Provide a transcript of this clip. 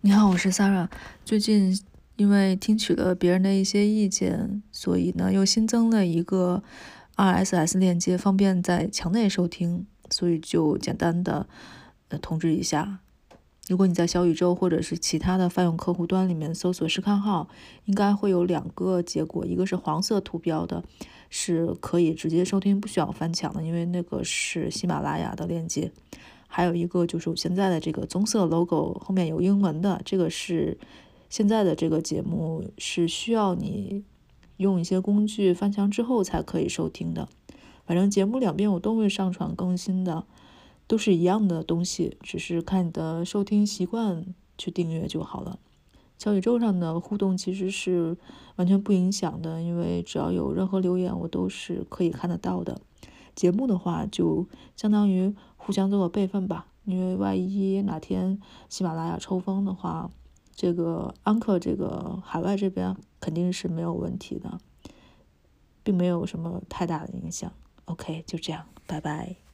你好，我是 Sarah。最近因为听取了别人的一些意见，所以呢又新增了一个 RSS 链接，方便在墙内收听，所以就简单的通知一下。如果你在小宇宙或者是其他的泛用客户端里面搜索"试看号"，应该会有2个结果，一个是黄色图标的，是可以直接收听，不需要翻墙的，因为那个是喜马拉雅的链接。还有一个就是我现在的这个棕色 logo 后面有英文的，这个是现在的这个节目是需要你用一些工具翻墙之后才可以收听的。反正节目两边我都会上传更新的，都是一样的东西，只是看你的收听习惯去订阅就好了。小宇宙上的互动其实是完全不影响的，因为只要有任何留言我都是可以看得到的。节目的话就相当于互相做个备份吧，因为万一哪天喜马拉雅抽风的话，这个安克这个海外这边肯定是没有问题的，并没有什么太大的影响。OK， 就这样，拜拜。